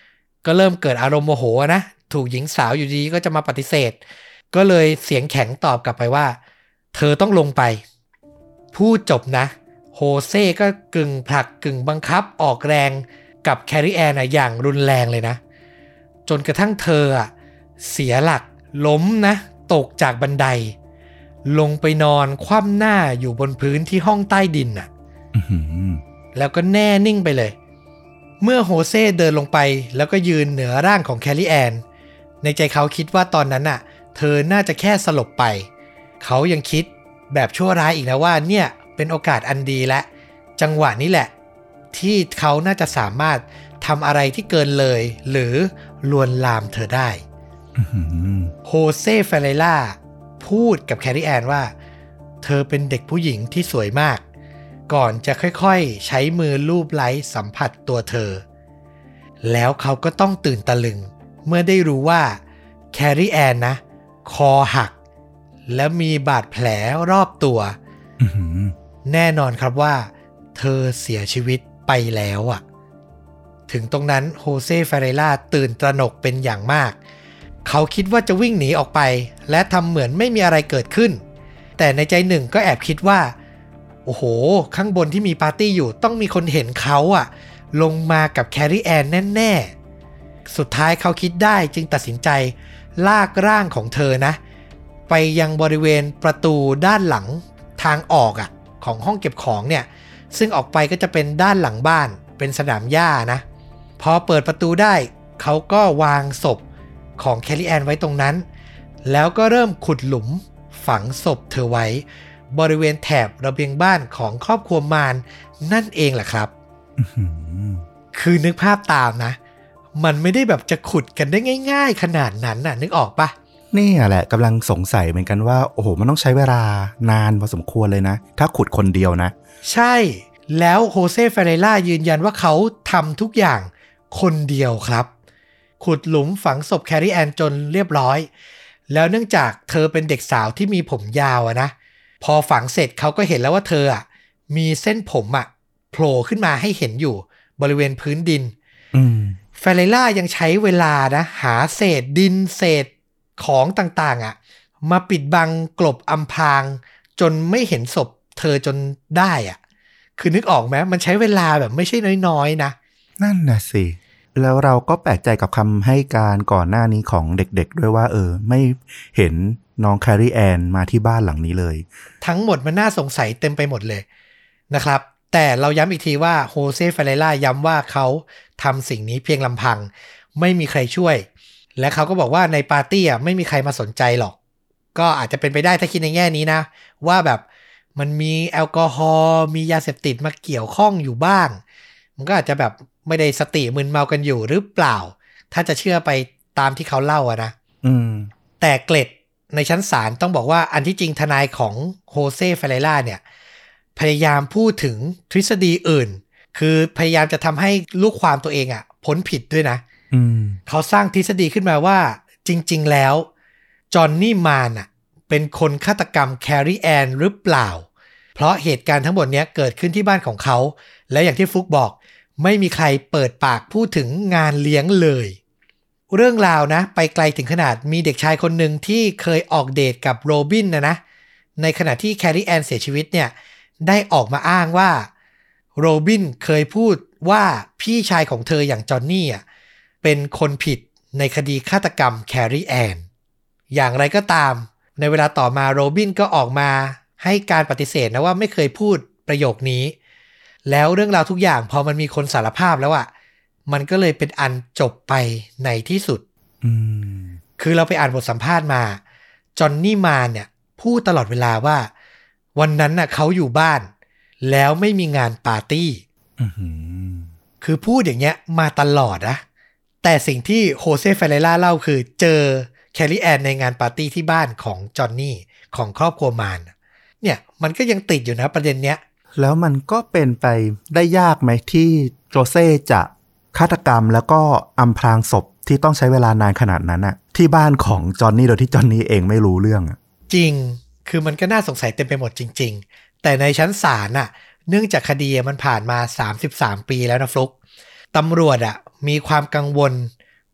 ก็เริ่มเกิดอารมณ์โมโหนะถูกหญิงสาวอยู่ดีก็จะมาปฏิเสธก็เลยเสียงแข็งตอบกลับไปว่าเธอต้องลงไปพูดจบนะโฮเซ่ก็กึ่งผลักกึ่งบังคับออกแรงกับแครีแอนนะอย่างรุนแรงเลยนะจนกระทั่งเธออ่ะเสียหลักล้มนะตกจากบันไดลงไปนอนคว่ำหน้าอยู่บนพื้นที่ห้องใต้ดินน่ะ แล้วก็แน่นิ่งไปเลยเมื่อโฮเซ่เดินลงไปแล้วก็ยืนเหนือร่างของแครีแอนในใจเขาคิดว่าตอนนั้นน่ะเธอน่าจะแค่สลบไปเขายังคิดแบบชั่วร้ายอีกนะว่าเนี่ยเป็นโอกาสอันดีและจังหวะนี้แหละที่เขาน่าจะสามารถทำอะไรที่เกินเลยหรือลวนลามเธอได้โฮเซ่เฟเรล่าพูดกับแครีแอนว่าเธอเป็นเด็กผู้หญิงที่สวยมากก่อนจะค่อยๆใช้มือลูบไล้สัมผัสตัวเธอแล้วเขาก็ต้องตื่นตะลึงเมื่อได้รู้ว่าแครีแอนนะคอหักและมีบาดแผลรอบตัวแน่นอนครับว่าเธอเสียชีวิตไปแล้วอ่ะถึงตรงนั้นโฮเซ่เฟเรล่าตื่นตระหนกเป็นอย่างมากเขาคิดว่าจะวิ่งหนีออกไปและทำเหมือนไม่มีอะไรเกิดขึ้นแต่ในใจหนึ่งก็แอบคิดว่าโอ้โหข้างบนที่มีปาร์ตี้อยู่ต้องมีคนเห็นเขาอ่ะลงมากับแครีแอนแน่ๆสุดท้ายเขาคิดได้จึงตัดสินใจลากร่างของเธอนะไปยังบริเวณประตูด้านหลังทางออกอ่ะของห้องเก็บของเนี่ยซึ่งออกไปก็จะเป็นด้านหลังบ้านเป็นสนามหญ้านะพอเปิดประตูได้เขาก็วางศพของแครีแอนไว้ตรงนั้นแล้วก็เริ่มขุดหลุมฝังศพเธอไว้บริเวณแถบระเบียงบ้านของครอบครัวมารนั่นเองแหละครับ คือนึกภาพตามนะมันไม่ได้แบบจะขุดกันได้ง่ายๆขนาดนั้นน่ะนึกออกปะนี่แหละกำลังสงสัยเหมือนกันว่าโอ้โหมันต้องใช้เวลานานพอสมควรเลยนะถ้าขุดคนเดียวนะใช่แล้วโฮเซ่เฟเรล่ายืนยันว่าเขาทำทุกอย่างคนเดียวครับขุดหลุมฝังศพแครีแอนจนเรียบร้อยแล้วเนื่องจากเธอเป็นเด็กสาวที่มีผมยาวอะนะพอฝังเสร็จเขาก็เห็นแล้วว่าเธออะมีเส้นผมอะโผล่ขึ้นมาให้เห็นอยู่บริเวณพื้นดินเฟเรล่ายังใช้เวลานะหาเศษดินเศษของต่างๆอะมาปิดบังกลบอำพรางจนไม่เห็นศพเธอจนได้อะคือนึกออกไหมมันใช้เวลาแบบไม่ใช่น้อยๆนะนั่นน่ะสิแล้วเราก็แปลกใจกับคำให้การก่อนหน้านี้ของเด็กๆด้วยว่าเออไม่เห็นน้องแครีแอนมาที่บ้านหลังนี้เลยทั้งหมดมันน่าสงสัยเต็มไปหมดเลยนะครับแต่เราย้ำอีกทีว่าโฮเซ่เฟเรล่าย้ำว่าเขาทำสิ่งนี้เพียงลำพังไม่มีใครช่วยและเขาก็บอกว่าในปาร์ตี้อ่ะไม่มีใครมาสนใจหรอกก็อาจจะเป็นไปได้ถ้าคิดในแง่นี้นะว่าแบบมันมีแอลกอฮอล์มียาเสพติดมาเกี่ยวข้องอยู่บ้างมันก็อาจจะแบบไม่ได้สติมึนเมากันอยู่หรือเปล่าถ้าจะเชื่อไปตามที่เขาเล่าอะนะอืมแต่เกล็ดในชั้นศาลต้องบอกว่าอันที่จริงทนายของโฮเซ่เฟเรล่าเนี่ยพยายามพูดถึงทฤษฎีอื่นคือพยายามจะทำให้ลูกความตัวเองอะพ้นผิดด้วยนะอืมเขาสร้างทฤษฎีขึ้นมาว่าจริงๆแล้วจอห์นนี่มานอะเป็นคนฆาตกรรมแครีแอนหรือเปล่าเพราะเหตุการณ์ทั้งหมดนี้เกิดขึ้นที่บ้านของเขาและอย่างที่ฟลุกบอกไม่มีใครเปิดปากพูดถึงงานเลี้ยงเลยเรื่องราวนะไปไกลถึงขนาดมีเด็กชายคนหนึ่งที่เคยออกเดทกับโรบินนะนะในขณะที่แครีแอนเสียชีวิตเนี่ยได้ออกมาอ้างว่าโรบินเคยพูดว่าพี่ชายของเธออย่างจอห์นนี่อ่ะเป็นคนผิดในคดีฆาตกรรมแครีแอนอย่างไรก็ตามในเวลาต่อมาโรบินก็ออกมาให้การปฏิเสธนะว่าไม่เคยพูดประโยคนี้แล้วเรื่องราวทุกอย่างพอมันมีคนสารภาพแล้วอ่ะมันก็เลยเป็นอันจบไปในที่สุดคือเราไปอ่านบทสัมภาษณ์มาจอห์นนี่มานเนี่ยพูดตลอดเวลาว่าวันนั้นน่ะเขาอยู่บ้านแล้วไม่มีงานปาร์ตี้คือพูดอย่างเงี้ยมาตลอดนะแต่สิ่งที่โฮเซ่เฟเรล่าเล่าคือเจอแครีแอนในงานปาร์ตี้ที่บ้านของจอห์นนี่ของครอบครัวมานเนี่ยมันก็ยังติดอยู่นะประเด็นเนี้ยแล้วมันก็เป็นไปได้ยากไหมที่โจเซ่จะฆาตกรรมแล้วก็อำพรางศพที่ต้องใช้เวลานานขนาดนั้นอะที่บ้านของจอห์นนี่โดยที่จอห์นนี่เองไม่รู้เรื่องอะจริงคือมันก็น่าสงสัยเต็มไปหมดจริงๆแต่ในชั้นศาลน่ะเนื่องจากคดีมันผ่านมาสามสิบสามปีแล้วนะฟลุกตำรวจอะมีความกังวล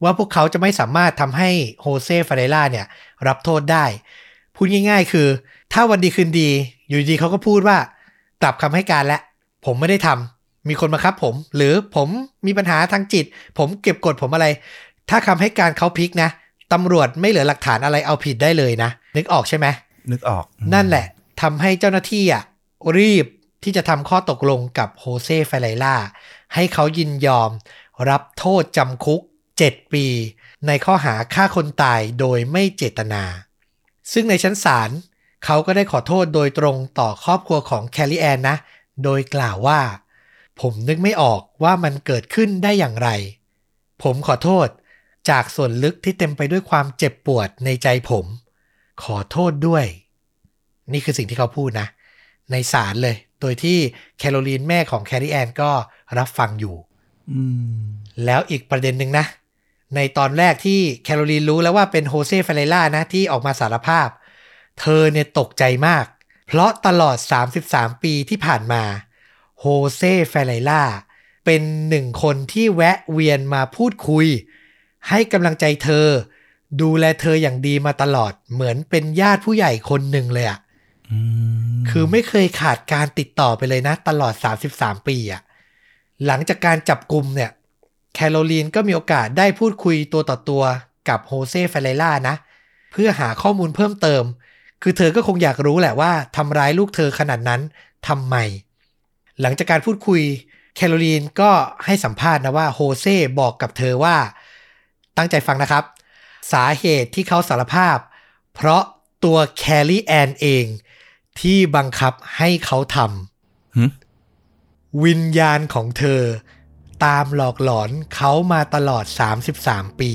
ว่าพวกเขาจะไม่สามารถทำให้โฮเซ่ฟาเรล่าเนี่ยรับโทษได้พูดง่ายๆคือถ้าวันดีคืนดีอยู่ดีเขาก็พูดว่ากลับคำให้การแล้วผมไม่ได้ทำมีคนบังคับผมหรือผมมีปัญหาทางจิตผมเก็บกดผมอะไรถ้าคำให้การเขาพลิกนะตำรวจไม่เหลือหลักฐานอะไรเอาผิดได้เลยนะนึกออกใช่ไหมนึกออกนั่นแหละทำให้เจ้าหน้าที่อ่ะรีบที่จะทำข้อตกลงกับโฮเซ่ฟาเรล่าให้เขายินยอมรับโทษจำคุกเจ็ดปีในข้อหาฆ่าคนตายโดยไม่เจตนาซึ่งในชั้นศาลเขาก็ได้ขอโทษโดยตรงต่อครอบครัวของแคลลี่แอนนะโดยกล่าวว่าผมนึกไม่ออกว่ามันเกิดขึ้นได้อย่างไรผมขอโทษจากส่วนลึกที่เต็มไปด้วยความเจ็บปวดในใจผมขอโทษด้วยนี่คือสิ่งที่เขาพูดนะในศาลเลยโดยที่แคโรลีนแม่ของแคลลี่แอนก็รับฟังอยู่แล้วอีกประเด็นหนึ่งนะในตอนแรกที่แคโรลีนรู้แล้วว่าเป็นโฮเซ่ฟาเรล่านะที่ออกมาสารภาพเธอเนี่ยตกใจมากเพราะตลอดสามสิบสามปีที่ผ่านมาโฮเซ่ฟาเรล่าเป็นหนึ่งคนที่แวะเวียนมาพูดคุยให้กำลังใจเธอดูแลเธออย่างดีมาตลอดเหมือนเป็นญาติผู้ใหญ่คนหนึ่งเลยอ่ะคือไม่เคยขาดการติดต่อไปเลยนะตลอดสามสิบสามปีอ่ะหลังจากการจับกุมเนี่ยแคโรลีนก็มีโอกาสได้พูดคุยตัวต่อตัวกับโฮเซ่ฟาเรล่านะเพื่อหาข้อมูลเพิ่มเติมคือเธอก็คงอยากรู้แหละว่าทำร้ายลูกเธอขนาดนั้นทำไมหลังจากการพูดคุยแคโรลีนก็ให้สัมภาษณ์นะว่าโฮเซ่บอกกับเธอว่าตั้งใจฟังนะครับสาเหตุที่เขาสารภาพเพราะตัวแคลลี่แอนเองที่บังคับให้เขาทำวิญญาณของเธอตามหลอกหลอนเขามาตลอดสามสิบสามปี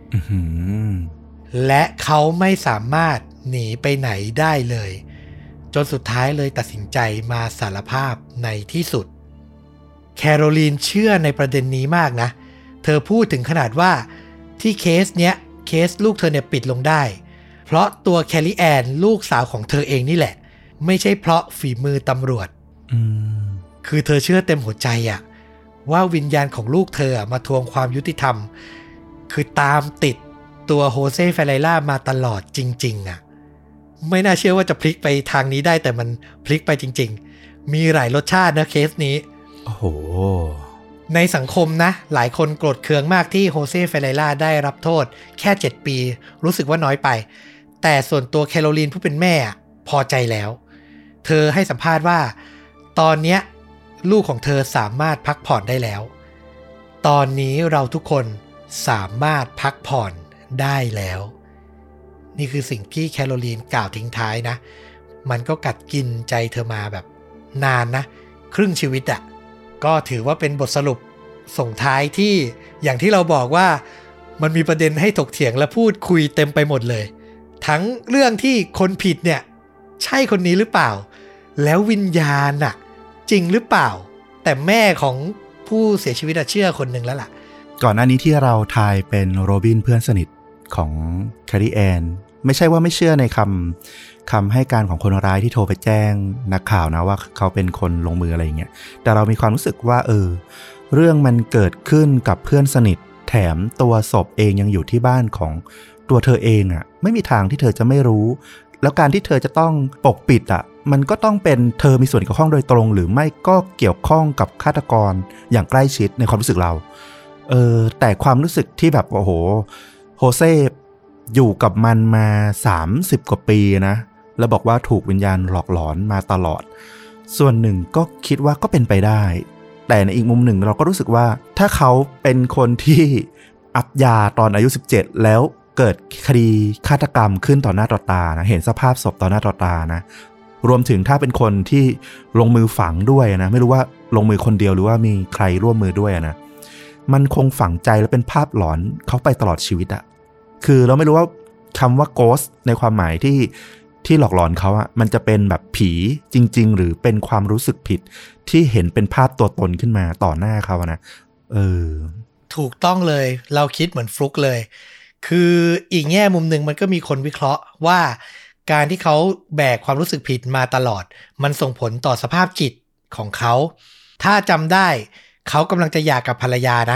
และเขาไม่สามารถหนีไปไหนได้เลยจนสุดท้ายเลยตัดสินใจมาสารภาพในที่สุดแคโรลีนเชื่อในประเด็นนี้มากนะเธอพูดถึงขนาดว่าที่เคสเนี้ยเคสลูกเธอเนี่ยปิดลงได้เพราะตัวแคลลี่แอนลูกสาวของเธอเองนี่แหละไม่ใช่เพราะฝีมือตำรวจคือเธอเชื่อเต็มหัวใจอะว่าวิญญาณของลูกเธอมาทวงความยุติธรรมคือตามติดตัวโฮเซ่ฟาเรล่ามาตลอดจริงๆอะไม่น่าเชื่อว่าจะพลิกไปทางนี้ได้แต่มันพลิกไปจริงๆมีหลายรสชาตินะเคสนี้โอ้โหในสังคมนะหลายคนโกรธเคืองมากที่โฮเซ่ฟาเรล่าได้รับโทษแค่เจ็ดปีรู้สึกว่าน้อยไปแต่ส่วนตัวแคโรลีนผู้เป็นแม่พอใจแล้วเธอให้สัมภาษณ์ว่าตอนเนี้ยลูกของเธอสามารถพักผ่อนได้แล้วตอนนี้เราทุกคนสามารถพักผ่อนได้แล้วนี่คือสิ่งที่แคโรลีนกล่าวทิ้งท้ายนะมันก็กัดกินใจเธอมาแบบนานนะครึ่งชีวิตอ่ะก็ถือว่าเป็นบทสรุปส่งท้ายที่อย่างที่เราบอกว่ามันมีประเด็นให้ถกเถียงและพูดคุยเต็มไปหมดเลยทั้งเรื่องที่คนผิดเนี่ยใช่คนนี้หรือเปล่าแล้ววิญญาณน่ะจริงหรือเปล่าแต่แม่ของผู้เสียชีวิตเชื่อคนหนึ่งแล้วล่ะก่อนหน้านี้ที่เราทายเป็นโรบินเพื่อนสนิทของแคลลี่แอนไม่ใช่ว่าไม่เชื่อในคำคำให้การของคนร้ายที่โทรไปแจ้งนักข่าวนะว่าเขาเป็นคนลงมืออะไรอย่างเงี้ยแต่เรามีความรู้สึกว่าเออเรื่องมันเกิดขึ้นกับเพื่อนสนิทแถมตัวศพเองยังอยู่ที่บ้านของตัวเธอเองอ่ะไม่มีทางที่เธอจะไม่รู้แล้วการที่เธอจะต้องปกปิดอ่ะมันก็ต้องเป็นเธอมีส่วนเกี่ยวข้องโดยตรงหรือไม่ก็เกี่ยวข้องกับฆาตกรอย่างใกล้ชิดในความรู้สึกเราเออแต่ความรู้สึกที่แบบโอ้โหโฮเซ่อยู่กับมันมาสามสิบกว่าปีนะแล้วบอกว่าถูกวิญญาณหลอกหลอนมาตลอดส่วนหนึ่งก็คิดว่าก็เป็นไปได้แต่ในอีกมุมหนึ่งเราก็รู้สึกว่าถ้าเขาเป็นคนที่อัพยาตอนอายุสิบเจ็ดแล้วเกิดคดีฆาตกรรมขึ้นต่อหน้าต่อตานะเห็นสภาพศพต่อหน้าต่อตานะรวมถึงถ้าเป็นคนที่ลงมือฝังด้วยนะไม่รู้ว่าลงมือคนเดียวหรือว่ามีใครร่วมมือด้วยนะมันคงฝังใจและเป็นภาพหลอนเขาไปตลอดชีวิตอะคือเราไม่รู้ว่าคำว่า ghost ในความหมายที่ที่หลอกหลอนเขาอะมันจะเป็นแบบผีจริงๆหรือเป็นความรู้สึกผิดที่เห็นเป็นภาพตัวตนขึ้นมาต่อหน้าเขานะเออถูกต้องเลยเราคิดเหมือนฟลุกเลยคืออีกแง่มุมหนึ่งมันก็มีคนวิเคราะห์ว่าการที่เขาแบกความรู้สึกผิดมาตลอดมันส่งผลต่อสภาพจิตของเขาถ้าจำได้เขากำลังจะหย่ากับภรรยานะ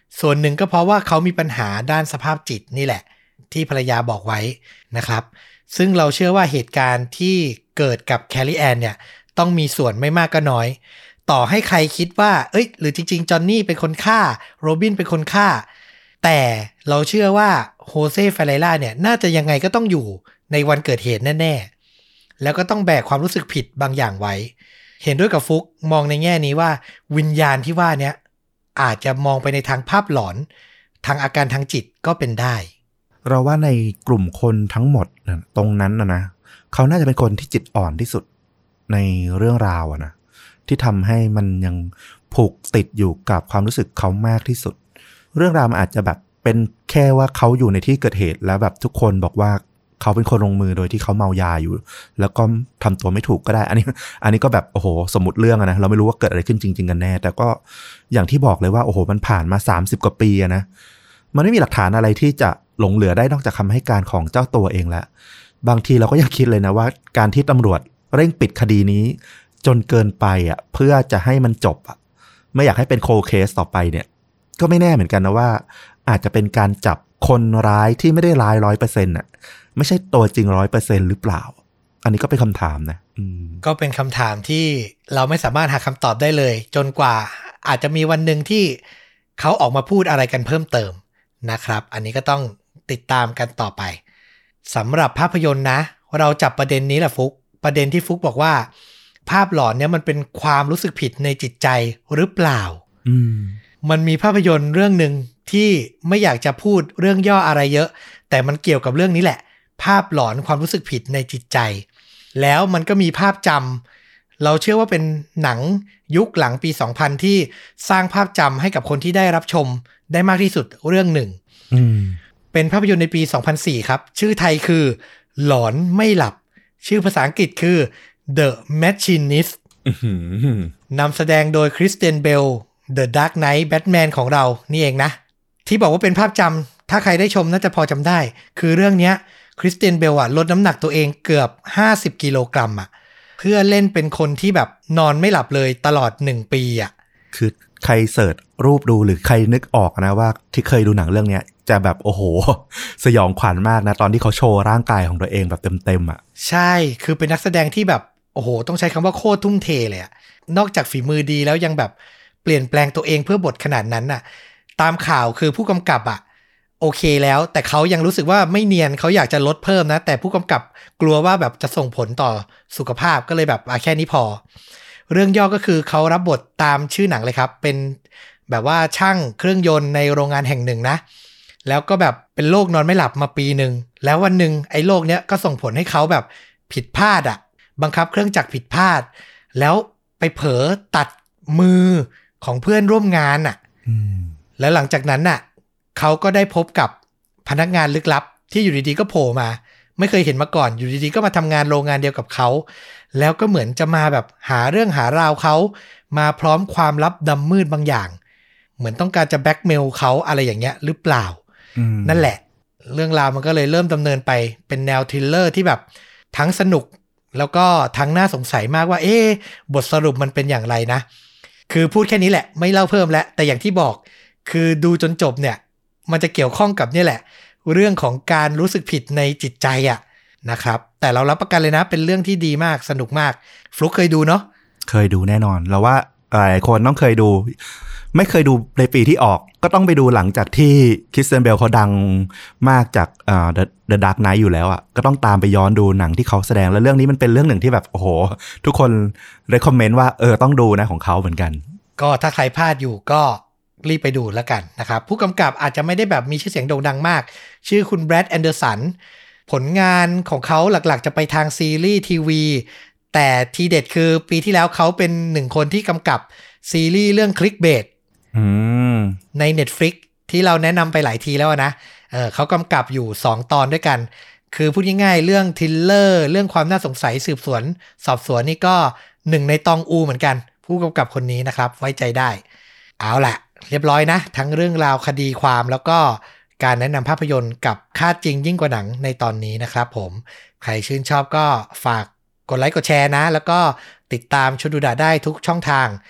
ส่วนหนึ่งก็เพราะว่าเขามีปัญหาด้านสภาพจิตนี่แหละที่ภรรยาบอกไว้นะครับซึ่งเราเชื่อว่าเหตุการณ์ที่เกิดกับแคลลี่แอนเนี่ยต้องมีส่วนไม่มากก็น้อยต่อให้ใครคิดว่าเอ้ยหรือจริงๆจอนนี่เป็นคนฆ่าโรบินเป็นคนฆ่าแต่เราเชื่อว่าโฮเซ่ฟาเรล่าเนี่ยน่าจะยังไงก็ต้องอยู่ในวันเกิดเหตุแน่ๆแล้วก็ต้องแบกความรู้สึกผิดบางอย่างไว้เห็นด้วยกับฟุกมองในแง่นี้ว่าวิญญาณที่ว่านี้อาจจะมองไปในทางภาพหลอนทางอาการทางจิตก็เป็นได้เราว่าในกลุ่มคนทั้งหมดนะตรงนั้นนะนะเขาน่าจะเป็นคนที่จิตอ่อนที่สุดในเรื่องราวอะนะที่ทำให้มันยังผูกติดอยู่กับความรู้สึกเขามากที่สุดเรื่องราวมันอาจจะแบบเป็นแค่ว่าเขาอยู่ในที่เกิดเหตุแล้วแบบทุกคนบอกว่าเขาเป็นคนลงมือโดยที่เขาเมายาอยู่แล้วก็ทำตัวไม่ถูกก็ได้อันนี้อันนี้ก็แบบโอ้โหสมมุติเรื่องอะนะเราไม่รู้ว่าเกิดอะไรขึ้นจริงๆกันแน่แต่ก็อย่างที่บอกเลยว่าโอ้โหมันผ่านมาสามสิบกว่าปีอะนะมันไม่มีหลักฐานอะไรที่จะหลงเหลือได้นอกจากคำให้การของเจ้าตัวเองแล้วบางทีเราก็ยังคิดเลยนะว่าการที่ตำรวจเร่งปิดคดีนี้จนเกินไปอ่ะเพื่อจะให้มันจบอ่ะไม่อยากให้เป็นโคลด์เคสต่อไปเนี่ยก็ไม่แน่เหมือนกันนะว่าอาจจะเป็นการจับคนร้ายที่ไม่ได้ร้ายร้อยเปอร์เซ็นต์อ่ะไม่ใช่ตัวจริงร้อยเปอร์เซ็นต์หรือเปล่าอันนี้ก็เป็นคำถามนะอืมก็เป็นคำถามที่เราไม่สามารถหาคำตอบได้เลยจนกว่าอาจจะมีวันหนึ่งที่เขาออกมาพูดอะไรกันเพิ่มเติมนะครับอันนี้ก็ต้องติดตามกันต่อไปสำหรับภาพยนตร์นะเราจับประเด็นนี้แหละฟุกประเด็นที่ฟุกบอกว่าภาพหลอนเนี่ยมันเป็นความรู้สึกผิดในจิตใจหรือเปล่าอืมมันมีภาพยนตร์เรื่องหนึ่งที่ไม่อยากจะพูดเรื่องย่ออะไรเยอะแต่มันเกี่ยวกับเรื่องนี้แหละภาพหลอนความรู้สึกผิดในจิตใจแล้วมันก็มีภาพจำเราเชื่อว่าเป็นหนังยุคหลังปีสองพันที่สร้างภาพจำให้กับคนที่ได้รับชมได้มากที่สุดเรื่องหนึ่งเป็นภาพยนตร์ในปีสองพันสี่ครับชื่อไทยคือหลอนไม่หลับชื่อภาษาอังกฤษคือ The Machinist นำแสดงโดยคริสเตียนเบล The Dark Knight Batman ของเรานี่เองนะที่บอกว่าเป็นภาพจำถ้าใครได้ชมน่าจะพอจำได้คือเรื่องนี้คริสเตียนเบลอะลดน้ำหนักตัวเองเกือบห้าสิบกิโลกรัมอะเพื่อเล่นเป็นคนที่แบบนอนไม่หลับเลยตลอดหนึ่งปีอะคือใครเสิร์ชรูปดูหรือใครนึกออกนะว่าที่เคยดูหนังเรื่องนี้จะแบบโอ้โหสยองขวัญมากนะตอนที่เขาโชว์ร่างกายของตัวเองแบบเต็มๆอ่ะใช่คือเป็นนักแสดงที่แบบโอ้โหต้องใช้คำว่าโคตรทุ่มเทเลยอะนอกจากฝีมือดีแล้วยังแบบเปลี่ยนแปลงตัวเองเพื่อบทขนาดนั้นน่ะตามข่าวคือผู้กำกับอะโอเคแล้วแต่เขายังรู้สึกว่าไม่เนียนเขาอยากจะลดเพิ่มนะแต่ผู้กำกับกลัวว่าแบบจะส่งผลต่อสุขภาพก็เลยแบบอ่ะแค่นี้พอเรื่องย่อก็คือเขารับบทตามชื่อหนังเลยครับเป็นแบบว่าช่างเครื่องยนต์ในโรงงานแห่งหนึ่งนะแล้วก็แบบเป็นโรคนอนไม่หลับมาปีหนึ่งแล้ววันหนึ่งไอ้โรคเนี้ยก็ส่งผลให้เขาแบบผิดพลาดอ่ะบังคับเครื่องจักรผิดพลาดแล้วไปเผลอตัดมือของเพื่อนร่วมงานอ่ะแล้วหลังจากนั้นน่ะเขาก็ได้พบกับพนักงานลึกลับที่อยู่ดีๆก็โผล่มาไม่เคยเห็นมาก่อนอยู่ดีๆก็มาทำงานโรงงานเดียวกับเขาแล้วก็เหมือนจะมาแบบหาเรื่องหาราวเขามาพร้อมความลับดำมืดบางอย่างเหมือนต้องการจะแบล็กเมลเขาอะไรอย่างเงี้ยหรือเปล่านั่นแหละเรื่องราวมันก็เลยเริ่มดำเนินไปเป็นแนวทริลเลอร์ที่แบบทั้งสนุกแล้วก็ทั้งน่าสงสัยมากว่าเอ๊ะบทสรุปมันเป็นอย่างไรนะคือพูดแค่นี้แหละไม่เล่าเพิ่มแล้วแต่อย่างที่บอกคือดูจนจบเนี่ยมันจะเกี่ยวข้องกับเนี่ยแหละเรื่องของการรู้สึกผิดในจิตใจอ่ะนะครับแต่เรารับประกันเลยนะเป็นเรื่องที่ดีมากสนุกมากฟลุ๊กเคยดูเนาะเคยดูแน่นอนเราว่าหลายคนต้องเคยดูไม่เคยดูในปีที่ออกก็ต้องไปดูหลังจากที่คริสเตียนเบลเขาดังมากจากเอ่อ The, The Dark Knight อยู่แล้วอ่ะก็ต้องตามไปย้อนดูหนังที่เขาแสดงแล้วเรื่องนี้มันเป็นเรื่องหนึ่งที่แบบโอ้โหทุกคนเรคคอมเมนต์ว่าเออต้องดูนะของเขาเหมือนกันก็ถ้าใครพลาดอยู่ก็รีบไปดูแล้วกันนะครับผู้กำกับอาจจะไม่ได้แบบมีชื่อเสียงโด่งดังมากชื่อคุณแบรดแอนเดอร์สันผลงานของเขาหลักๆจะไปทางซีรีส์ทีวีแต่ทีเด็ดคือปีที่แล้วเขาเป็นหนึ่งคนที่กำกับซีรีส์เรื่อง Clickbait ใน Netflix ที่เราแนะนำไปหลายทีแล้วนะ เออเขากำกับอยู่สองตอนด้วยกันคือพูดง่ายๆเรื่องทริลเลอร์เรื่องความน่าสงสัยสืบสวนสอบสวนนี่ก็หนึ่งในตองอูเหมือนกันผู้กำกับคนนี้นะครับไว้ใจได้เอาล่ะเรียบร้อยนะทั้งเรื่องราวคดีความแล้วก็การแนะนำภาพยนตร์กับค่าจริงยิ่งกว่าหนังในตอนนี้นะครับผมใครชื่นชอบก็ฝากกดไลค์กดแชร์นะแล้วก็ติดตามชวนดูดะได้ทุกช่องทาง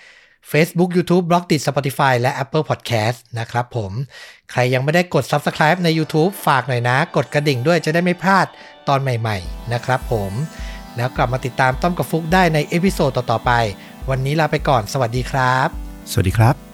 Facebook YouTube Blogdit Spotify และ Apple Podcast นะครับผมใครยังไม่ได้กด Subscribe ใน YouTube ฝากหน่อยนะกดกระดิ่งด้วยจะได้ไม่พลาดตอนใหม่ๆนะครับผมแล้วกลับมาติดตามต้อมกับฟุกได้ในเอพิโซดต่อๆไปวันนี้ลาไปก่อนสวัสดีครับสวัสดีครับ